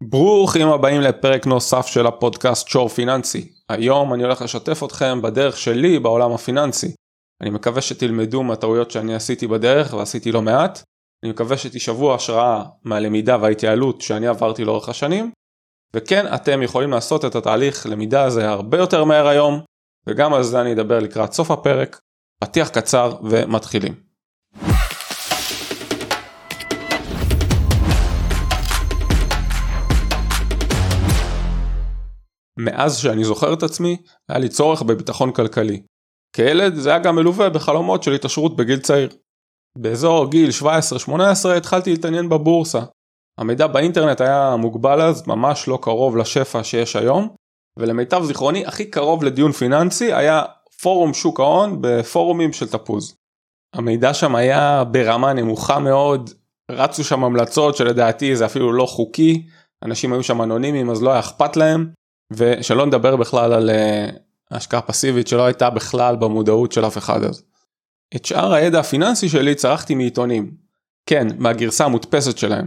ברוכים הבאים לפרק נוסף של הפודקאסט שור פיננסי. היום אני הולך לשתף אתכם בדרך שלי בעולם הפיננסי. אני מקווה שתלמדו מהטעויות שאני עשיתי בדרך ועשיתי לא מעט. אני מקווה שתשאבו השראה מהלמידה וההתייעלות שאני עברתי לאורך השנים. וכן, אתם יכולים לעשות את התהליך למידה הזה הרבה יותר מהר היום. וגם על זה אני אדבר לקראת סוף הפרק. פתיח קצר ומתחילים. מאז שאני זוכר את עצמי, היה לי צורך בביטחון כלכלי. כילד זה היה גם מלווה בחלומות של התעשרות בגיל צעיר. באזור גיל 17-18 התחלתי להתעניין בבורסה. המידע באינטרנט היה מוגבל אז, ממש לא קרוב לשפע שיש היום, ולמיטב זיכרוני הכי קרוב לדיון פיננסי היה פורום שוק ההון בפורומים של תפוז. המידע שם היה ברמה נמוכה מאוד, רצו שם המלצות שלדעתי זה אפילו לא חוקי, אנשים היו שם אנונימיים אז לא היה אכפת להם, ושלא נדבר בכלל על השקעה פסיבית שלא הייתה בכלל במודעות של אף אחד אז. את שאר הידע הפיננסי שלי צרכתי מעיתונים, כן, מהגרסה המודפסת שלהם.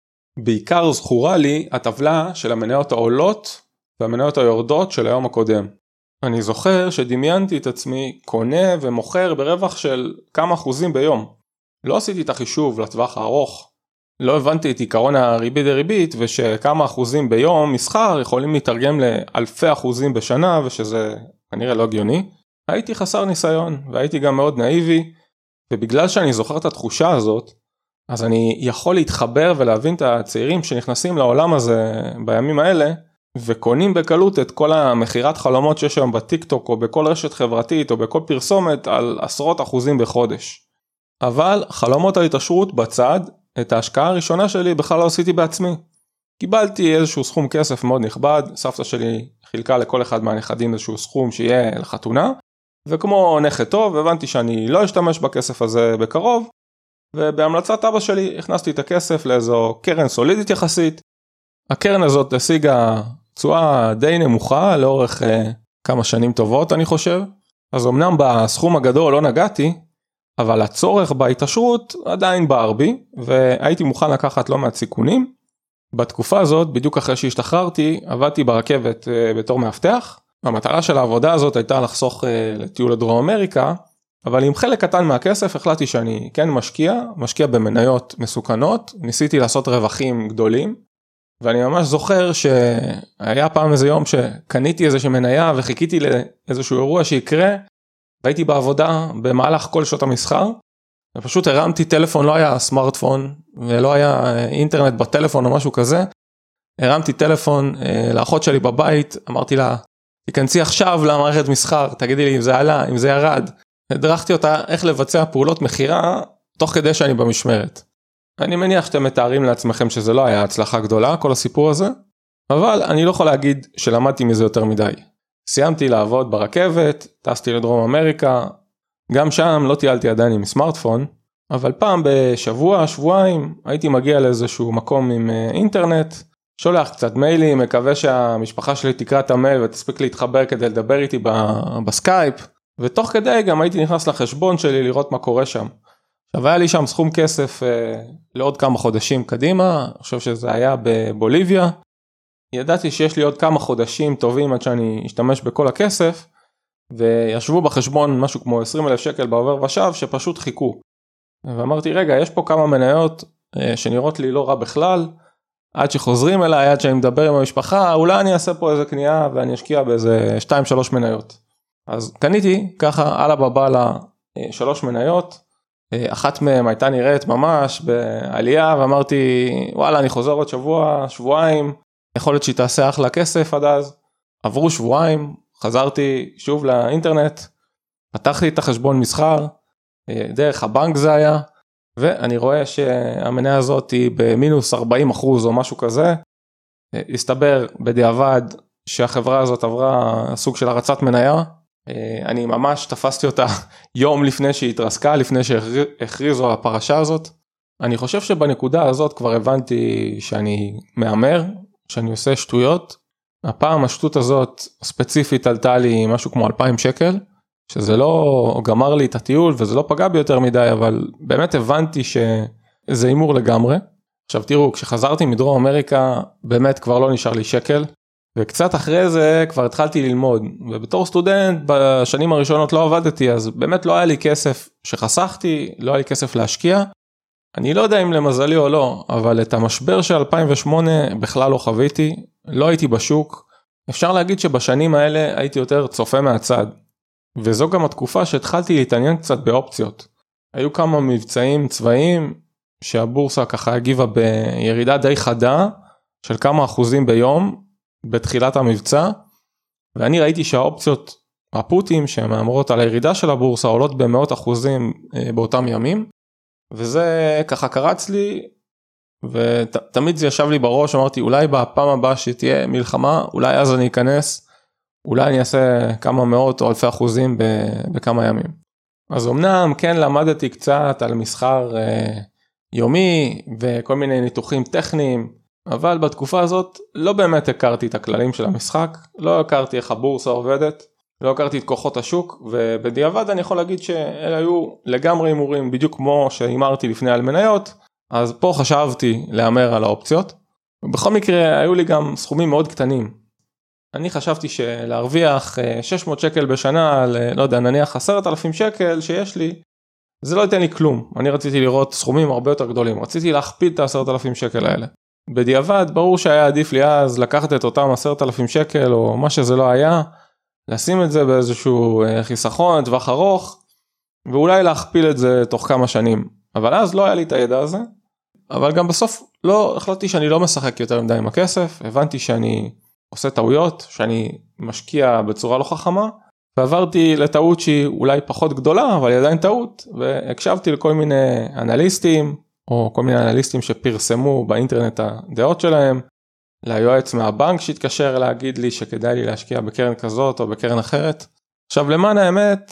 בעיקר זכורה לי הטבלה של המניות העולות והמניות היורדות של היום הקודם. אני זוכר שדמיינתי את עצמי קונה ומוכר ברווח של כמה אחוזים ביום. לא עשיתי את החישוב לטווח הארוך. לא הבנתי את עיקרון הריבית דריבית ושכמה אחוזים ביום מסחר יכולים להתרגם לאלפי אחוזים בשנה ושזה כנראה לא הגיוני. הייתי חסר ניסיון והייתי גם מאוד נאיבי, ובגלל שאני זוכר את התחושה הזאת, אז אני יכול להתחבר ולהבין את הצעירים שנכנסים לעולם הזה בימים האלה, וקונים בקלות את כל המחירת חלומות שיש היום בטיק-טוק או בכל רשת חברתית או בכל פרסומת על עשרות אחוזים בחודש. אבל חלומות ההתעשרות בצד, את ההשקעה הראשונה שלי בכלל לא עשיתי בעצמי. קיבלתי איזשהו סכום כסף מאוד נכבד, סבתא שלי חילקה לכל אחד מהנכדים איזשהו סכום שיהיה לחתונה, וכמו נכד טוב הבנתי שאני לא אשתמש בכסף הזה בקרוב, ובהמלצת אבא שלי הכנסתי את הכסף לאיזו קרן סולידית יחסית. הקרן הזאת השיגה תשואה די נמוכה לאורך כמה שנים טובות אני חושב, אז אמנם בסכום הגדול לא נגעתי, אבל הצורך בהתעשרות עדיין בער בי, והייתי מוכן לקחת לא מעט סיכונים. בתקופה הזאת, בדיוק אחרי שהשתחררתי, עבדתי ברכבת בתור מאבטח. המטרה של העבודה הזאת הייתה לחסוך לטיול לדרום אמריקה, אבל עם חלק קטן מהכסף החלטתי שאני כן משקיע במניות מסוכנות, ניסיתי לעשות רווחים גדולים, ואני ממש זוכר שהיה פעם איזה יום שקניתי איזושהי מניה וחיכיתי לאיזשהו אירוע שיקרה, והייתי בעבודה במהלך כל שעות המסחר, ופשוט הרמתי טלפון, לא היה סמארטפון, ולא היה אינטרנט בטלפון או משהו כזה, הרמתי טלפון לאחות שלי בבית, אמרתי לה, תיכנסי עכשיו למערכת מסחר, תגידי לי אם זה עלה, אם זה ירד, הדרכתי אותה איך לבצע פעולות מחירה, תוך כדי שאני במשמרת. אני מניח שאתם מתארים לעצמכם שזה לא היה הצלחה גדולה, כל הסיפור הזה, אבל אני לא יכול להגיד שלמדתי מזה יותר מדי. סיימתי לעבוד ברכבת, טסתי לדרום אמריקה, גם שם לא טיילתי עדיין עם סמארטפון, אבל פעם בשבוע, שבועיים, הייתי מגיע לאיזשהו מקום עם אינטרנט, שולח קצת מיילים, מקווה שהמשפחה שלי תקרא את המייל ותספיק להתחבר כדי לדבר איתי בסקייפ, ותוך כדי גם הייתי נכנס לחשבון שלי לראות מה קורה שם. עכשיו היה לי שם סכום כסף לעוד כמה חודשים קדימה, אני חושב שזה היה בבוליביה, ידעתי שיש לי עוד כמה חודשים טובים עד שאני אשתמש בכל הכסף, וישבו בחשבון משהו כמו 20,000 שקל בעובר ושב שפשוט חיכו. ואמרתי רגע, יש פה כמה מניות שנראות לי לא רע בכלל, עד שחוזרים אליי, עד שאני מדבר עם המשפחה, אולי אני אעשה פה איזה קנייה ואני אשקיע באיזה 2-3 מניות. אז קניתי ככה על הבבא ל3 מניות, אחת מהם הייתה נראית ממש בעלייה, ואמרתי וואלה אני חוזר עוד שבוע, שבועיים, יכול להיות שהיא תעשה אחלה כסף עד אז. עברו שבועיים, חזרתי שוב לאינטרנט, פתחתי את החשבון מסחר, דרך הבנק זה היה, ואני רואה שהמניה הזאת היא במינוס 40% או משהו כזה. הסתבר בדיעבד שהחברה הזאת עברה סוג של הרצת מניה, אני ממש תפסתי אותה יום לפני שהיא התרסקה, לפני שהכריזו על הפרשה הזאת. אני חושב שבנקודה הזאת כבר הבנתי שאני מאמר, שאני עושה שטויות. הפעם השטות הזאת ספציפית עלתה לי משהו כמו 2,000 שקל, שזה לא גמר לי את הטיול וזה לא פגע בי יותר מדי, אבל באמת הבנתי שזה הימור לגמרי. עכשיו תראו, כשחזרתי מדרום אמריקה, באמת כבר לא נשאר לי שקל, וקצת אחרי זה כבר התחלתי ללמוד, ובתור סטודנט בשנים הראשונות לא עבדתי, אז באמת לא היה לי כסף שחסכתי, לא היה לי כסף להשקיע, אני לא יודע אם למזלי או לא, אבל את המשבר של 2008 בכלל לא חוויתי, לא הייתי בשוק, אפשר להגיד שבשנים האלה הייתי יותר צופה מהצד, וזו גם התקופה שהתחלתי להתעניין קצת באופציות. היו כמה מבצעים צבאיים שהבורסה ככה הגיבה בירידה די חדה של כמה אחוזים ביום בתחילת המבצע, ואני ראיתי שהאופציות הפוטים שמאמרות על הירידה של הבורסה עולות במאות אחוזים באותם ימים, וזה ככה קרץ לי, ותמיד זה ישב לי בראש, אמרתי אולי בפעם הבאה שתהיה מלחמה, אולי אז אני אכנס, אולי אני אעשה כמה מאות או אלפי אחוזים בכמה ימים. אז אמנם כן למדתי קצת על מסחר יומי וכל מיני ניתוחים טכניים, אבל בתקופה הזאת לא באמת הכרתי את הכללים של המשחק, לא הכרתי איך הבורסה עובדת, לא הכרתי את כוחות השוק, ובדיעבד אני יכול להגיד שאלה היו לגמרי הימורים, בדיוק כמו שהימרתי לפני על מניות, אז פה חשבתי להמר על האופציות, ובכל מקרה היו לי גם סכומים מאוד קטנים. אני חשבתי שלהרוויח 600 שקל בשנה, לא יודע, נניח 10,000 שקל שיש לי, זה לא ייתן לי כלום. אני רציתי לראות סכומים הרבה יותר גדולים, רציתי להכפיל את 10,000 שקל האלה. בדיעבד, ברור שהיה עדיף לי אז לקחת את אותם 10,000 שקל, או מה שזה לא היה, לשים את זה באיזשהו חיסכון, טווח ארוך, ואולי להכפיל את זה תוך כמה שנים. אבל אז לא היה לי את הידע הזה, אבל גם בסוף לא החלטתי שאני לא משחק יותר מדי עם הכסף, הבנתי שאני עושה טעויות, שאני משקיע בצורה לא חכמה, ועברתי לטעות שהיא אולי פחות גדולה, אבל היא עדיין טעות, והקשבתי לכל מיני אנליסטים, או כל מיני אנליסטים שפרסמו באינטרנט הדעות שלהם, ליועץ מהבנק שהתקשר להגיד לי שכדאי לי להשקיע בקרן כזאת או בקרן אחרת. עכשיו למען האמת,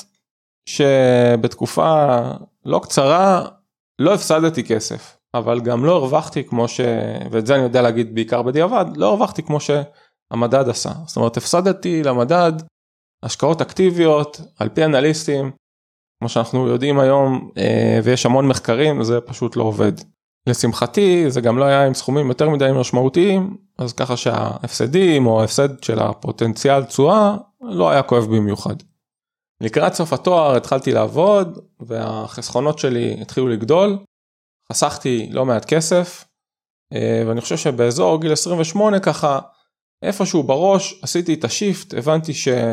שבתקופה לא קצרה, לא הפסדתי כסף, אבל גם לא הרווחתי כמו ואת זה אני יודע להגיד בעיקר בדיעבד, לא הרווחתי כמו שהמדד עשה. זאת אומרת, הפסדתי למדד, השקעות אקטיביות, על פי אנליסטים, כמו שאנחנו יודעים היום, ויש המון מחקרים, זה פשוט לא עובד. לשמחתי, זה גם לא היה עם סכומים יותר מדי משמעותיים, אז ככה שההפסדים או ההפסד של הפוטנציאל תשואה, לא היה כואב במיוחד. לקראת סוף התואר התחלתי לעבוד, והחסכונות שלי התחילו לגדול, חסכתי לא מעט כסף, ואני חושב שבאזור גיל 28 ככה, איפשהו בראש עשיתי את השיפט, הבנתי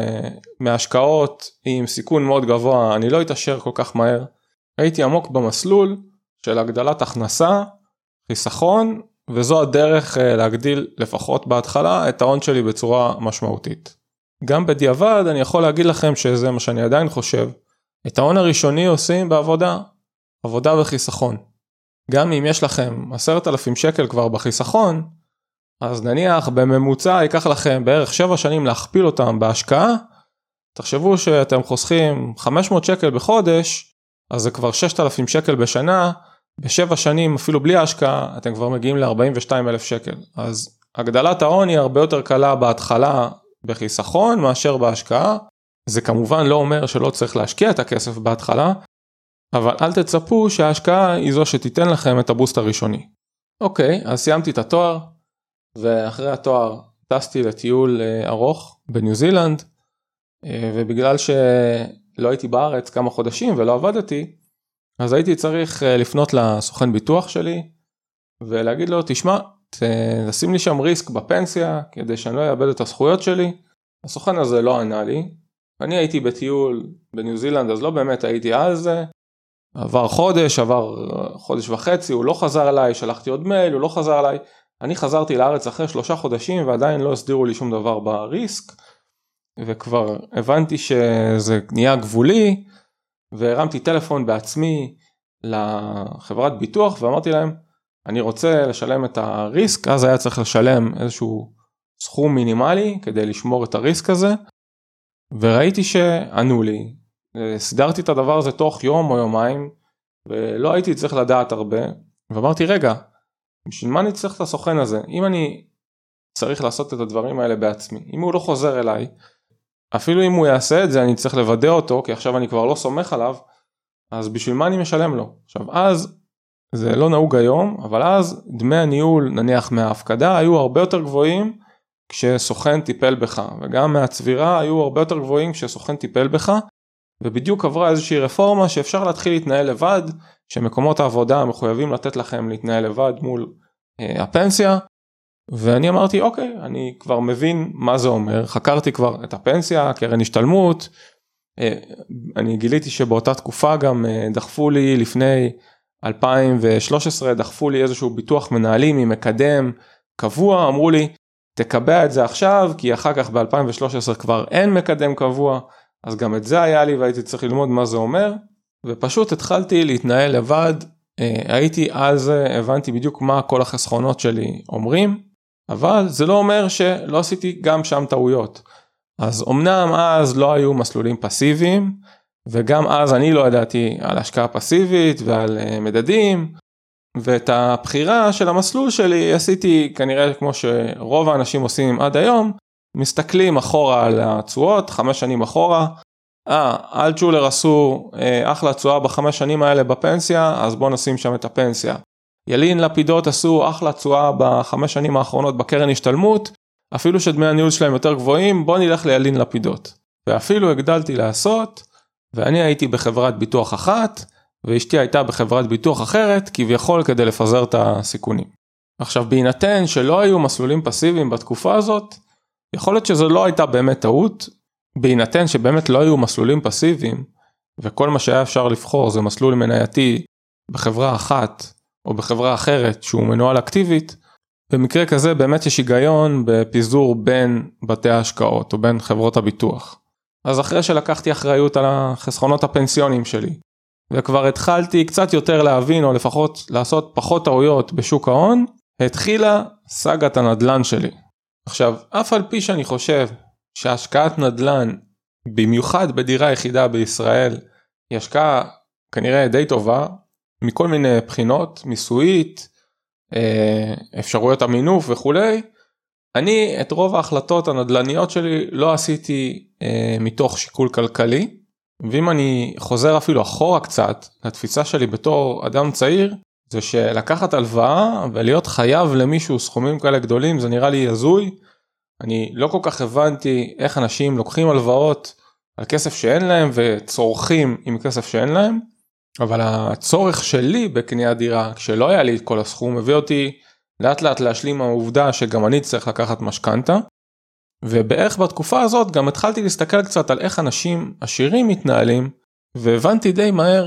שמהשקעות עם סיכון מאוד גבוה, אני לא אתאשר כל כך מהר, הייתי עמוק במסלול של הגדלת הכנסה, חיסכון, וזו הדרך להגדיל לפחות בהתחלה את ההון שלי בצורה משמעותית. גם בדיעבד אני יכול להגיד לכם שזה מה שאני עדיין חושב, את ההון הראשוני עושים בעבודה, עבודה וחיסכון. גם אם יש לכם 10,000 שקל כבר בחיסכון, אז נניח בממוצע ייקח לכם בערך 7 שנים להכפיל אותם בהשקעה, תחשבו שאתם חוסכים 500 שקל בחודש, אז זה כבר 6,000 שקל בשנה, ב7 שנים אפילו בלי ההשקעה, אתם כבר מגיעים ל42,000 שקל. אז הגדלת ההון היא הרבה יותר קלה בהתחלה בחיסכון מאשר בהשקעה, זה כמובן לא אומר שלא צריך להשקיע את הכסף בהתחלה, אבל אל תצפו שההשקעה היא זו שתיתן לכם את הבוסט הראשוני. אוקיי, אז סיימתי את התואר, ואחרי התואר טסתי לטיול ארוך בניו זילנד, ובגלל שלא הייתי בארץ כמה חודשים ולא עבדתי, אז הייתי צריך לפנות לסוכן ביטוח שלי, ולהגיד לו, תשמע, תשים לי שם ריסק בפנסיה, כדי שאני לא אאבד את הזכויות שלי. הסוכן הזה לא ענה לי, אני הייתי בטיול בניו זילנד, אז לא באמת הייתי על זה, עבר חודש וחצי, הוא לא חזר אליי, שלחתי עוד מייל, הוא לא חזר אליי, אני חזרתי לארץ אחרי 3 חודשים, ועדיין לא הסדירו לי שום דבר בריסק, וכבר הבנתי שזה נהיה גבולי, והרמתי טלפון בעצמי לחברת ביטוח, ואמרתי להם, אני רוצה לשלם את הריסק, אז היה צריך לשלם איזשהו סכום מינימלי, כדי לשמור את הריסק הזה, וראיתי שענו לי, סדרתי את הדבר הזה תוך יום או יומיים, ולא הייתי צריך לדעת הרבה, ואמרתי, רגע, בשביל מה אני צריך את הסוכן הזה? אם אני צריך לעשות את הדברים האלה בעצמי, אם הוא לא חוזר אליי, אפילו אם הוא יעשה את זה, אני צריך לוודא אותו, כי עכשיו אני כבר לא סומך עליו, אז בשביל מה אני משלם לו? עכשיו, אז זה לא נהוג היום, אבל אז דמי הניהול נניח מההפקדה היו הרבה יותר גבוהים כשסוכן טיפל בך, וגם מהצבירה היו הרבה יותר גבוהים כשסוכן טיפל בך, ובדיוק עברה איזושהי רפורמה שאפשר להתחיל להתנהל לבד, שמקומות העבודה מחויבים לתת לכם להתנהל לבד מול הפנסיה, ואני אמרתי אוקיי, אני כבר מבין מה זה אומר, חקרתי כבר את הפנסיה, קרן השתלמות, אני גיליתי שבאותה תקופה גם דחפו לי לפני 2013, דחפו לי איזשהו ביטוח מנהלים עם מקדם קבוע, אמרו לי תקבע את זה עכשיו, כי אחר כך ב-2013 כבר אין מקדם קבוע, אז גם את זה היה לי והייתי צריך ללמוד מה זה אומר, ופשוט התחלתי להתנהל לבד, הייתי אז הבנתי בדיוק מה כל החסכונות שלי אומרים, אבל זה לא אומר שלא עשיתי גם שם טעויות. אז אמנם אז לא היו מסלולים פסיביים, וגם אז אני לא ידעתי על השקעה פסיבית ועל מדדים, ואת הבחירה של המסלול שלי עשיתי כנראה כמו שרוב האנשים עושים עד היום, מסתכלים אחורה על התשואות, 5 שנים אחורה, אלטשולר עשו אחלה תשואה ב5 שנים האלה בפנסיה, אז בוא נשים שם את הפנסיה. ילין לפידות עשו אחלה תשואה ב5 שנים האחרונות בקרן השתלמות, אפילו שדמי הניהול שלהם יותר גבוהים, בוא נלך לילין לפידות. ואפילו הגדלתי לעשות, ואני הייתי בחברת ביטוח אחת, ואשתי הייתה בחברת ביטוח אחרת, כביכול כדי לפזר את הסיכונים. עכשיו, בהינתן שלא היו מסלולים פסיביים בתקופה הזאת, יכול להיות שזו לא הייתה באמת טעות, בהינתן שבאמת לא היו מסלולים פסיביים, וכל מה שהיה אפשר לבחור זה מסלול מנייתי בחברה אחת, או בחברה אחרת שהוא מנוהל אקטיבית, במקרה כזה באמת יש היגיון בפיזור בין בתי ההשקעות, או בין חברות הביטוח. אז אחרי שלקחתי אחריות על החסכונות הפנסיונים שלי, וכבר התחלתי קצת יותר להבין, או לפחות לעשות פחות טעויות בשוק ההון, התחילה סגת הנדלן שלי. עכשיו, אף על פי שאני חושב שהשקעת נדלן, במיוחד בדירה יחידה בישראל, היא השקעה כנראה די טובה, מכל מיני בחינות, מיסויית, אפשרויות המינוף וכולי, אני את רוב ההחלטות הנדלניות שלי לא עשיתי מתוך שיקול כלכלי, ואם אני חוזר אפילו אחורה קצת, לתפיסה שלי בתור אדם צעיר, זה שלקחת הלוואה ולהיות חייב למישהו סכומים כאלה גדולים, זה נראה לי הזוי. אני לא כל כך הבנתי איך אנשים לוקחים הלוואות על כסף שאין להם וצורכים עם כסף שאין להם, אבל הצורך שלי בקניית דירה, כשלא היה לי את כל הסכום, הביא אותי לאט לאט להשלים העובדה שגם אני צריך לקחת משכנתה, ובערך בתקופה הזאת גם התחלתי להסתכל קצת על איך אנשים עשירים מתנהלים, והבנתי די מהר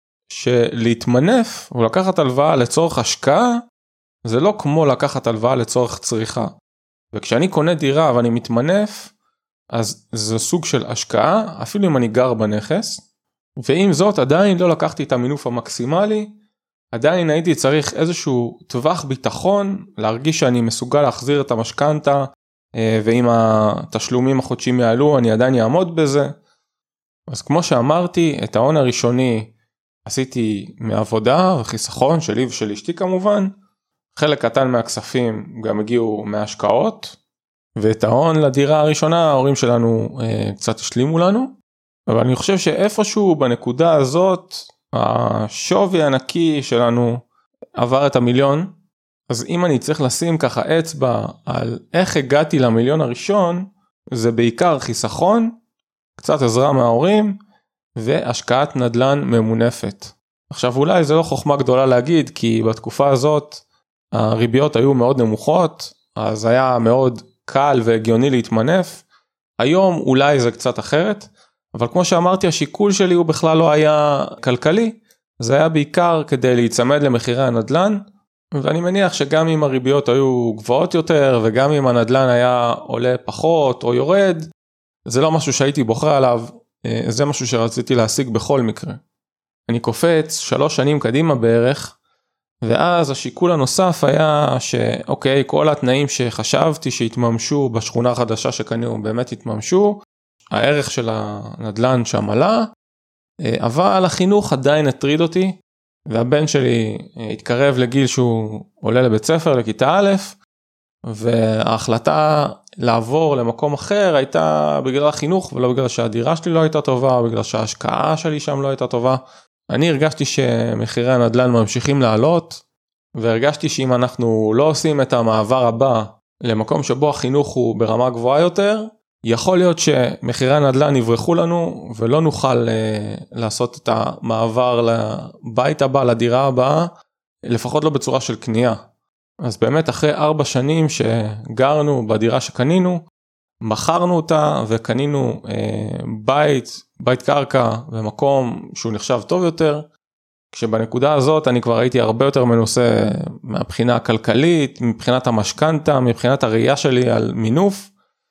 שלהתמנף ולקחת הלוואה לצורך השקעה, זה לא כמו לקחת הלוואה לצורך צריכה. וכשאני קונה דירה ואני מתמנף, אז זה סוג של השקעה, אפילו אם אני גר בנכס, ועם זאת עדיין לא לקחתי את המינוף המקסימלי, עדיין הייתי צריך איזשהו טווח ביטחון, להרגיש שאני מסוגל להחזיר את המשכנתה, ואם התשלומים החודשיים יעלו, אני עדיין אעמוד בזה. אז כמו שאמרתי, את ההון הראשוני עשיתי מעבודה וחיסכון שלי ושל אשתי כמובן, חלק קטן מהכספים גם הגיעו מהשקעות, ואת ההון לדירה הראשונה ההורים שלנו קצת השלימו לנו, אבל אני חושב שאיפשהו בנקודה הזאת, השווי הענקי שלנו עבר את המיליון, אז אם אני צריך לשים ככה אצבע על איך הגעתי למיליון הראשון, זה בעיקר חיסכון, קצת עזרה מההורים, והשקעת נדל"ן ממונפת. עכשיו אולי זה לא חוכמה גדולה להגיד, כי בתקופה הזאת הריביות היו מאוד נמוכות, אז היה מאוד קל והגיוני להתמנף, היום אולי זה קצת אחרת, אבל כמו שאמרתי, השיקול שלי הוא בכלל לא היה כלכלי, זה היה בעיקר כדי להיצמד למחירי הנדל"ן, ואני מניח שגם אם הריביות היו גבוהות יותר, וגם אם הנדל"ן היה עולה פחות או יורד, זה לא משהו שהייתי בוחר עליו, זה משהו שרציתי להשיג בכל מקרה. אני קופץ 3 שנים קדימה בערך, ואז השיקול הנוסף היה שאוקיי, כל התנאים שחשבתי שהתממשו בשכונה החדשה שקנינו באמת התממשו, הערך של הנדל"ן שם עלה, אבל החינוך עדיין הטריד אותי, והבן שלי התקרב לגיל שהוא עולה לבית ספר, לכיתה א', וההחלטה לעבור למקום אחר הייתה בגלל החינוך, ולא בגלל שהדירה שלי לא הייתה טובה, או בגלל שההשקעה שלי שם לא הייתה טובה. אני הרגשתי שמחירי הנדל"ן ממשיכים לעלות, והרגשתי שאם אנחנו לא עושים את המעבר הבא למקום שבו החינוך הוא ברמה גבוהה יותר, יכול להיות שמחירי הנדל"ן יברחו לנו, ולא נוכל לעשות את המעבר לבית הבא, לדירה הבאה, לפחות לא בצורה של קנייה. אז באמת אחרי 4 שנים שגרנו בדירה שקנינו, מכרנו אותה וקנינו בית קרקע במקום שהוא נחשב טוב יותר, כשבנקודה הזאת אני כבר הייתי הרבה יותר מנוסה מהבחינה הכלכלית, מבחינת המשכנתא, מבחינת הראייה שלי על מינוף,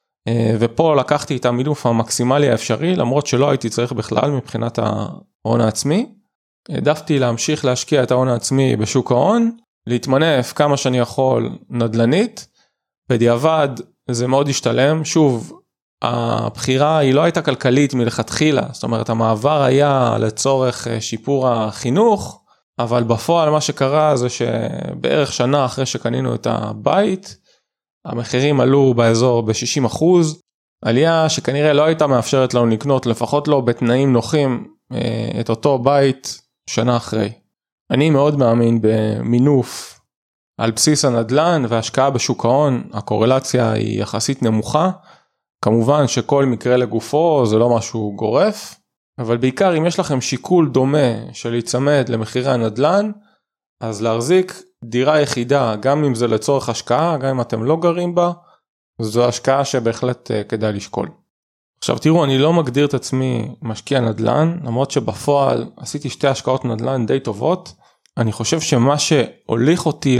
ופה לקחתי את המינוף המקסימלי האפשרי, למרות שלא הייתי צריך בכלל מבחינת ההון העצמי. העדפתי להמשיך להשקיע את ההון העצמי בשוק ההון, להתמנף כמה שאני יכול נדל"נית, בדיעבד זה מאוד השתלם. שוב, הבחירה היא לא הייתה כלכלית מלכתחילה, זאת אומרת המעבר היה לצורך שיפור החינוך, אבל בפועל מה שקרה זה שבערך שנה אחרי שקנינו את הבית, המחירים עלו באזור ב-60%, עלייה שכנראה לא הייתה מאפשרת לנו לקנות, לפחות לא בתנאים נוחים, את אותו בית שנה אחרי. אני מאוד מאמין במינוף על בסיס הנדל"ן והשקעה בשוק ההון, הקורלציה היא יחסית נמוכה, כמובן שכל מקרה לגופו זה לא משהו גורף, אבל בעיקר אם יש לכם שיקול דומה של להיצמד למחירי הנדל"ן, אז להחזיק דירה יחידה, גם אם זה לצורך השקעה, גם אם אתם לא גרים בה, זו השקעה שבהחלט כדאי לשקול. עכשיו תראו, אני לא מגדיר את עצמי משקיע נדל"ן, למרות שבפועל עשיתי 2 השקעות נדל"ן די טובות. אני חושב שמה שהוליך אותי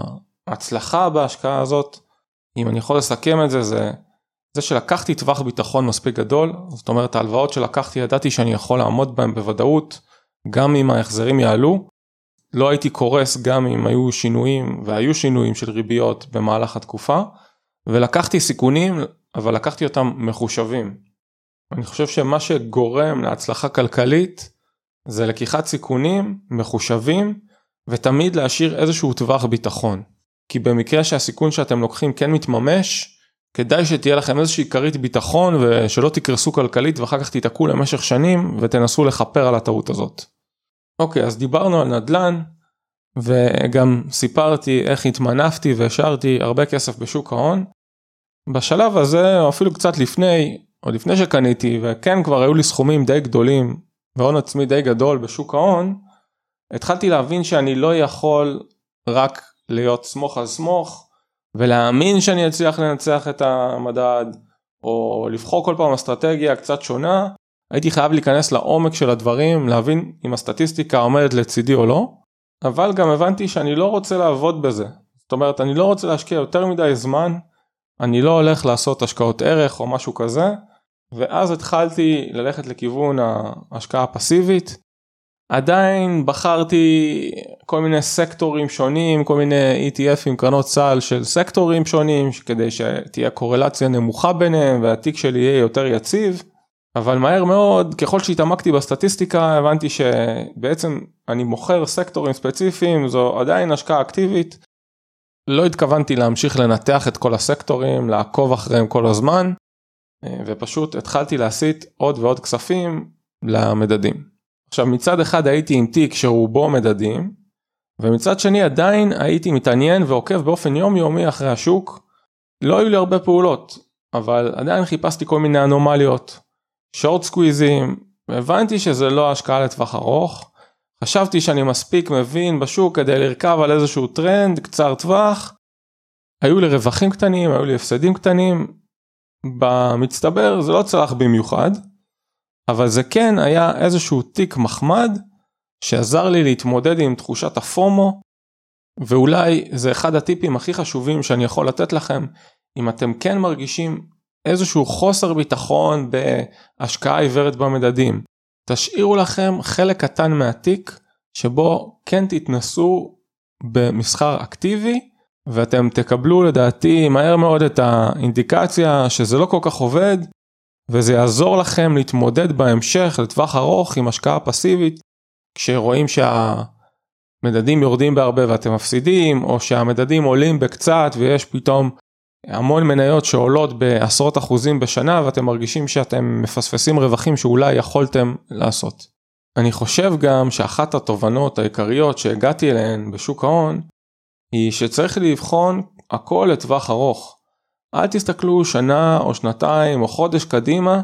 להצלחה בהשקעה הזאת, אם אני יכול לסכם את זה, זה שלקחתי טווח ביטחון מספיק גדול, זאת אומרת ההלוואות שלקחתי ידעתי שאני יכול לעמוד בהן בוודאות, גם אם ההחזרים יעלו, לא הייתי קורס גם אם היו שינויים, והיו שינויים של ריביות במהלך התקופה, ולקחתי סיכונים, אבל לקחתי אותם מחושבים. אני חושב שמה שגורם להצלחה כלכלית, זה לקיחת סיכונים מחושבים, ותמיד להשאיר איזשהו טווח ביטחון. כי במקרה שהסיכון שאתם לוקחים כן מתממש, כדאי שתהיה לכם איזושהי כרית ביטחון, ושלא תקרסו כלכלית, ואחר כך תתעכו למשך שנים, ותנסו לחפר על הטעות הזאת. אוקיי, אז דיברנו על נדל"ן, וגם סיפרתי איך התמנפתי והשארתי הרבה כסף בשוק ההון. בשלב הזה, או אפילו קצת לפני, או לפני שקניתי, וכן כבר היו לי סכומים די גדולים, והון עצמי די גדול בשוק ההון, התחלתי להבין שאני לא יכול רק להיות סמוך על סמוך, ולהאמין שאני אצליח לנצח את המדד, או לבחור כל פעם אסטרטגיה קצת שונה. הייתי חייב להיכנס לעומק של הדברים, להבין אם הסטטיסטיקה עומדת לצידי או לא, אבל גם הבנתי שאני לא רוצה לעבוד בזה. זאת אומרת, אני לא רוצה להשקיע יותר מדי זמן, אני לא הולך לעשות השקעות ערך או משהו כזה, ואז התחלתי ללכת לכיוון ההשקעה הפסיבית. עדיין בחרתי כל מיני סקטורים שונים, כל מיני ETFים, קרנות סל של סקטורים שונים, כדי שתהיה קורלציה נמוכה ביניהם, והתיק שלי יהיה יותר יציב. אבל מהר מאוד, ככל שהתעמקתי בסטטיסטיקה, הבנתי שבעצם אני מוכר סקטורים ספציפיים, זו עדיין השקעה אקטיבית. לא התכוונתי להמשיך לנתח את כל הסקטורים, לעקוב אחריהם כל הזמן, ופשוט התחלתי להסיט עוד ועוד כספים למדדים. עכשיו מצד אחד הייתי עם תיק שרובו מדדים, ומצד שני עדיין הייתי מתעניין ועוקב באופן יומיומי אחרי השוק. לא היו לי הרבה פעולות, אבל עדיין חיפשתי כל מיני אנומליות, שורט סקוויזים, והבנתי שזה לא השקעה לטווח ארוך. חשבתי שאני מספיק מבין בשוק כדי לרכב על איזשהו טרנד קצר טווח. היו לי רווחים קטנים, היו לי הפסדים קטנים. במצטבר זה לא צלח במיוחד, אבל זה כן היה איזשהו תיק מחמד שעזר לי להתמודד עם תחושת הפומו, ואולי זה אחד הטיפים הכי חשובים שאני יכול לתת לכם, אם אתם כן מרגישים איזשהו חוסר ביטחון בהשקעה עיוורת במדדים. תשאירו לכם חלק קטן מהתיק שבו כן תתנסו במסחר אקטיבי, ואתם תקבלו לדעתי מהר מאוד את האינדיקציה שזה לא כל כך עובד, וזה יעזור לכם להתמודד בהמשך לטווח ארוך עם השקעה פסיבית, כשרואים שהמדדים יורדים בהרבה ואתם מפסידים, או שהמדדים עולים בקצת ויש פתאום המון מניות שעולות בעשרות אחוזים בשנה, ואתם מרגישים שאתם מפספסים רווחים שאולי יכולתם לעשות. אני חושב גם שאחת התובנות העיקריות שהגעתי אליהן בשוק ההון, היא שצריך לבחון הכל לטווח ארוך. אל תסתכלו שנה או שנתיים או חודש קדימה,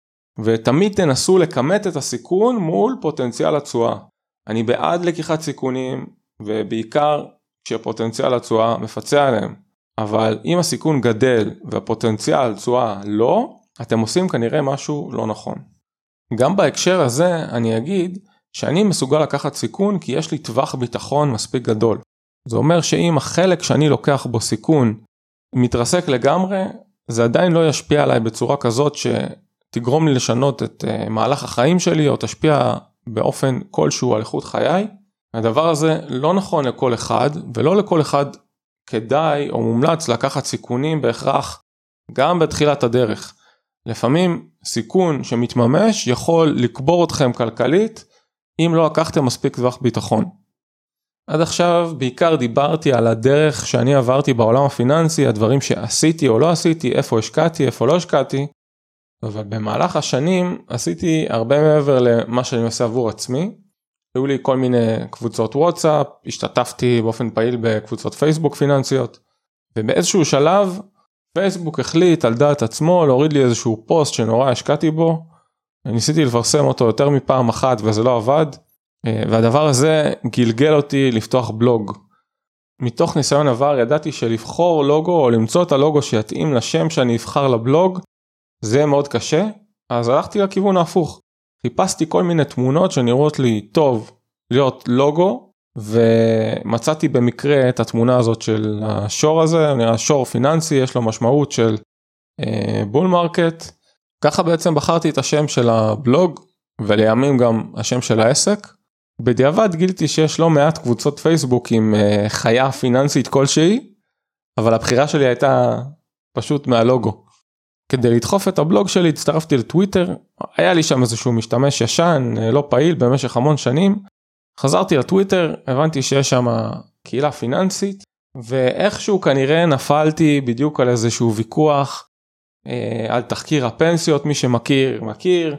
ותמיד תנסו לכמת את הסיכון מול פוטנציאל התשואה. אני בעד לקיחת סיכונים, ובעיקר כשפוטנציאל התשואה מפצה עליהם. אבל אם הסיכון גדל והפוטנציאל תשואה לא, אתם עושים כנראה משהו לא נכון. גם בהקשר הזה אני אגיד שאני מסוגל לקחת סיכון כי יש לי טווח ביטחון מספיק גדול. זה אומר שאם החלק שאני לוקח בו סיכון מתרסק לגמרי, זה עדיין לא ישפיע עליי בצורה כזאת שתגרום לי לשנות את מהלך החיים שלי או תשפיע באופן כלשהו על איכות חיי. הדבר הזה לא נכון לכל אחד, ולא לכל אחד כדאי או מומלץ לקחת סיכונים בהכרח גם בתחילת הדרך. לפעמים סיכון שמתממש יכול לקבור אתכם כלכלית אם לא לקחתם מספיק טווח ביטחון. עד עכשיו בעיקר דיברתי על הדרך שאני עברתי בעולם הפיננסי, הדברים שעשיתי או לא עשיתי, איפה השקעתי, איפה לא השקעתי, אבל במהלך השנים עשיתי הרבה מעבר למה שאני עושה עבור עצמי. היו לי כל מיני קבוצות וואטסאפ, השתתפתי באופן פעיל בקבוצות פייסבוק פיננסיות, ובאיזשהו שלב פייסבוק החליט על דעת עצמו להוריד לי איזשהו פוסט שנורא השקעתי בו, ניסיתי לפרסם אותו יותר מפעם אחת וזה לא עבד, והדבר הזה גלגל אותי לפתוח בלוג. מתוך ניסיון עבר ידעתי שלבחור לוגו או למצוא את הלוגו שיתאים לשם שאני אבחר לבלוג, זה מאוד קשה, אז הלכתי לכיוון ההפוך. חיפשתי כל מיני תמונות שנראות לי טוב להיות לוגו, ומצאתי במקרה את התמונה הזאת של השור הזה, נראה שור פיננסי, יש לו משמעות של בול מרקט. ככה בעצם בחרתי את השם של הבלוג, ולימים גם השם של העסק. בדיעבד גיליתי שיש לא מעט קבוצות פייסבוק עם חיה פיננסית כלשהי, אבל הבחירה שלי הייתה פשוט מהלוגו. כדי לדחוף את הבלוג שלי הצטרפתי לטוויטר, היה לי שם איזשהו משתמש ישן, לא פעיל במשך המון שנים, חזרתי לטוויטר, הבנתי שיש שם קהילה פיננסית, ואיכשהו כנראה נפלתי בדיוק על איזשהו ויכוח, על תחקיר הפנסיות, מי שמכיר, מכיר,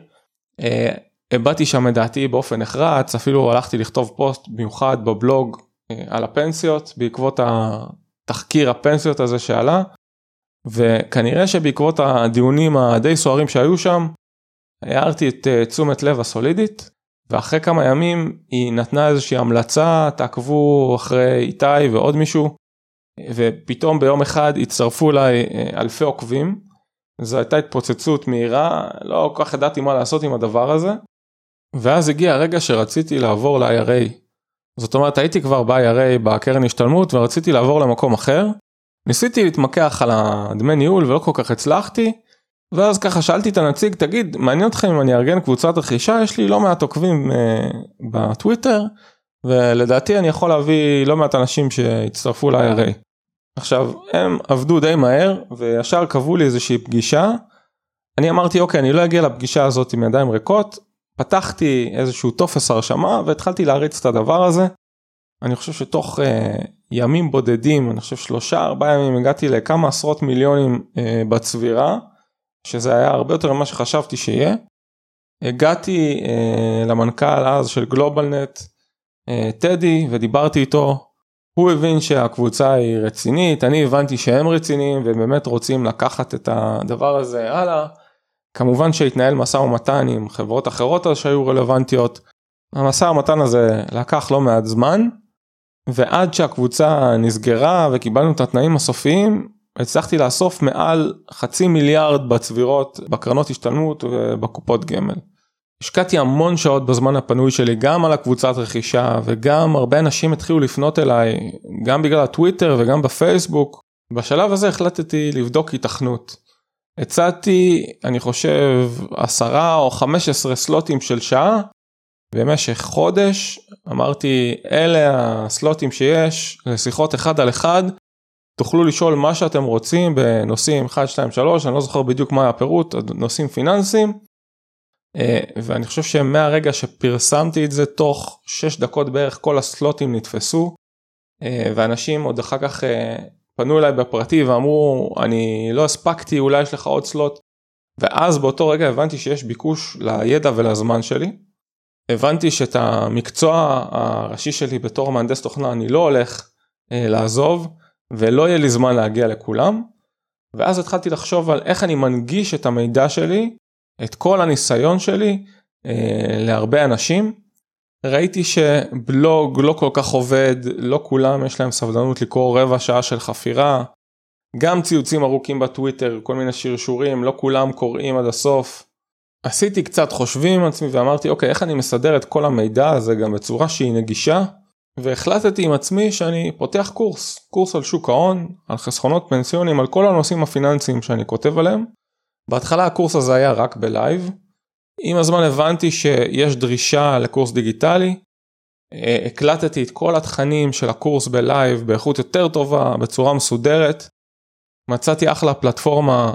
הבאתי שם את דעתי באופן נחרץ, אפילו הלכתי לכתוב פוסט מיוחד בבלוג על הפנסיות, בעקבות התחקיר הפנסיות הזה שעלה, וכנראה שבעקבות הדיונים הדי סוערים שהיו שם, הערתי את תשומת לב הסולידית, ואחרי כמה ימים היא נתנה איזושהי המלצה, תעקבו אחרי איתי ועוד מישהו, ופתאום ביום אחד הצטרפו אליי אלפי עוקבים, זו הייתה התפוצצות מהירה, לא כל כך ידעתי מה לעשות עם הדבר הזה, ואז הגיע הרגע שרציתי לעבור ל-IRA, זאת אומרת הייתי כבר ב-IRA בקרן השתלמות, ורציתי לעבור למקום אחר, ניסיתי להתמקח על הדמי ניהול ולא כל כך הצלחתי, ואז ככה שאלתי את הנציג, תגיד, מעניין אתכם אם אני ארגן קבוצת רכישה, יש לי לא מעט עוקבים בטוויטר, ולדעתי אני יכול להביא לא מעט אנשים שהצטרפו ל-IRA. עכשיו, הם עבדו די מהר, וישר קבעו לי איזושהי פגישה, אני אמרתי, אוקיי, אני לא אגיע לפגישה הזאת עם ידיים ריקות, פתחתי איזשהו טופס הרשמה, והתחלתי להריץ את הדבר הזה, אני חושב שתוך ימים בודדים, אני חושב 3-4 ימים, הגעתי לכמה עשרות מיליונים בצבירה, שזה היה הרבה יותר ממה שחשבתי שיהיה. הגעתי למנכ"ל אז של גלובלנט, טדי, ודיברתי איתו, הוא הבין שהקבוצה היא רצינית, אני הבנתי שהם רציניים, ובאמת רוצים לקחת את הדבר הזה הלאה, כמובן שהתנהל משא ומתן עם חברות אחרות שהיו רלוונטיות, המשא ומתן הזה לקח לא מעט זמן, ועד שהקבוצה נסגרה וקיבלנו את התנאים הסופיים, הצלחתי לאסוף מעל 500 מיליארד בצבירות, בקרנות השתלמות ובקופות גמל. השקעתי המון שעות בזמן הפנוי שלי, גם על הקבוצת רכישה, וגם הרבה אנשים התחילו לפנות אליי, גם בגלל הטוויטר וגם בפייסבוק. בשלב הזה החלטתי לבדוק התכנות. הצעתי, אני חושב, 10 או 15 סלוטים של שעה, במשך חודש אמרתי, אלה הסלוטים שיש, לשיחות 1 על 1, תוכלו לשאול מה שאתם רוצים בנושאים 1, 2, 3, אני לא זוכר בדיוק מה הפירוט, נושאים פיננסיים, ואני חושב שמהרגע שפרסמתי את זה, תוך 6 דקות בערך כל הסלוטים נתפסו, ואנשים עוד אחר כך פנו אליי בפרטי ואמרו, אני לא הספקתי, אולי יש לך עוד סלוט, ואז באותו רגע הבנתי שיש ביקוש לידע ולזמן שלי, הבנתי שאת המקצוע הראשי שלי בתור מהנדס תוכנה אני לא הולך לעזוב, ולא יהיה לי זמן להגיע לכולם, ואז התחלתי לחשוב על איך אני מנגיש את המידע שלי, את כל הניסיון שלי, להרבה אנשים. ראיתי שבלוג לא כל כך עובד, לא כולם יש להם סבלנות לקרוא רבע שעה של חפירה, גם ציוצים ארוכים בטוויטר, כל מיני שרשורים, לא כולם קוראים עד הסוף. עשיתי קצת חושבים עם עצמי ואמרתי, אוקיי, איך אני מסדר את כל המידע הזה גם בצורה שהיא נגישה, והחלטתי עם עצמי שאני פותח קורס על שוק ההון, על חסכונות פנסיונים, על כל הנושאים הפיננסיים שאני כותב עליהם. בהתחלה הקורס הזה היה רק בלייב, עם הזמן הבנתי שיש דרישה לקורס דיגיטלי, הקלטתי את כל התכנים של הקורס בלייב באיכות יותר טובה, בצורה מסודרת, מצאתי אחלה פלטפורמה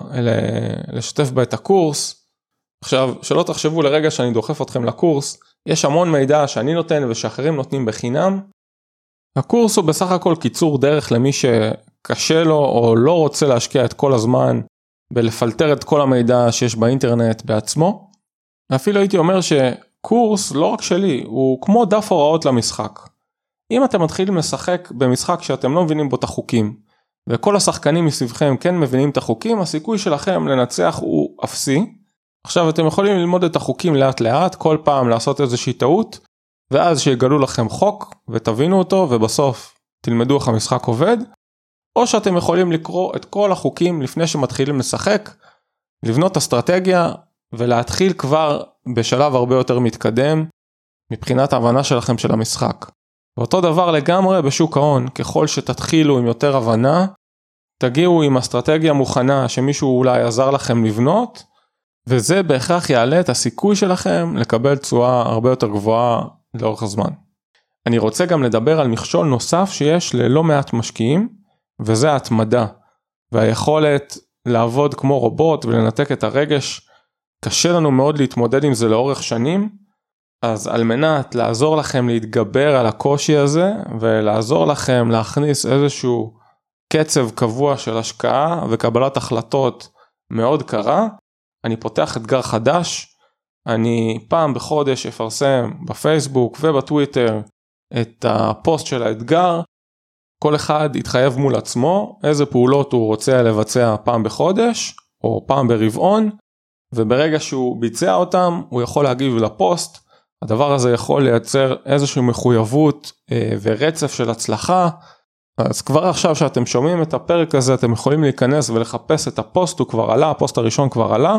לשתף בה את הקורס. עכשיו, שלא תחשבו לרגע שאני דוחף אתכם לקורס, יש המון מידע שאני נותן ושאחרים נותנים בחינם. הקורס הוא בסך הכל קיצור דרך למי שקשה לו או לא רוצה להשקיע את כל הזמן בלפלטר את כל המידע שיש באינטרנט בעצמו. אפילו הייתי אומר שקורס לא רק שלי, הוא כמו דף הוראות למשחק. אם אתם מתחילים לשחק במשחק שאתם לא מבינים בו את החוקים, וכל השחקנים מסביבכם כן מבינים את החוקים, הסיכוי שלכם לנצח הוא אפסי. עכשיו אתם יכולים ללמוד את החוקים לאט לאט, כל פעם לעשות איזושהי טעות, ואז שיגלו לכם חוק ותבינו אותו ובסוף תלמדו איך המשחק עובד, או שאתם יכולים לקרוא את כל החוקים לפני שמתחילים לשחק, לבנות אסטרטגיה ולהתחיל כבר בשלב הרבה יותר מתקדם מבחינת ההבנה שלכם של המשחק. ואותו דבר לגמרי בשוק ההון, ככל שתתחילו עם יותר הבנה, תגיעו עם אסטרטגיה מוכנה שמישהו אולי עזר לכם לבנות, וזה בהכרח יעלה את הסיכוי שלכם לקבל תשואה הרבה יותר גבוהה לאורך הזמן. אני רוצה גם לדבר על מכשול נוסף שיש ללא מעט משקיעים, וזה ההתמדה, והיכולת לעבוד כמו רובוט ולנתק את הרגש. קשה לנו מאוד להתמודד עם זה לאורך שנים, אז על מנת לעזור לכם להתגבר על הקושי הזה, ולעזור לכם להכניס איזשהו קצב קבוע של השקעה וקבלת החלטות מאוד קרה, אני פותח אתגר חדש. אני פעם בחודש אפרסם בפייסבוק ובטוויטר את הפוסט של האתגר, כל אחד יתחייב מול עצמו איזה פעולות הוא רוצה לבצע פעם בחודש או פעם ברבעון, וברגע שהוא ביצע אותם הוא יכול להגיב לפוסט. הדבר הזה יכול לייצר איזושהי מחויבות ורצף של הצלחה. אז כבר עכשיו שאתם שומעים את הפרק הזה אתם יכולים להיכנס ולחפש את הפוסט, הוא כבר עלה, הפוסט הראשון כבר עלה,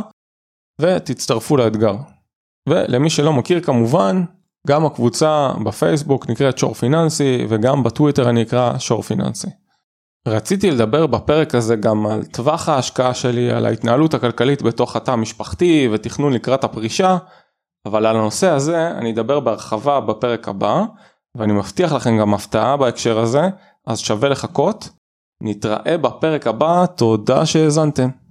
ותצטרפו לאתגר. ולמי שלא מכיר כמובן, גם הקבוצה בפייסבוק נקראת שור פיננסי, וגם בטוויטר אני אקרא שור פיננסי. רציתי לדבר בפרק הזה גם על טווח ההשקעה שלי, על ההתנהלות הכלכלית בתוך התא המשפחתי ותכנון לקראת הפרישה, אבל על הנושא הזה אני אדבר בהרחבה בפרק הבא, ואני מבטיח לכם גם הפתעה בהקשר הזה, אז שווה לחכות. נתראה בפרק הבא, תודה שהאזנתם.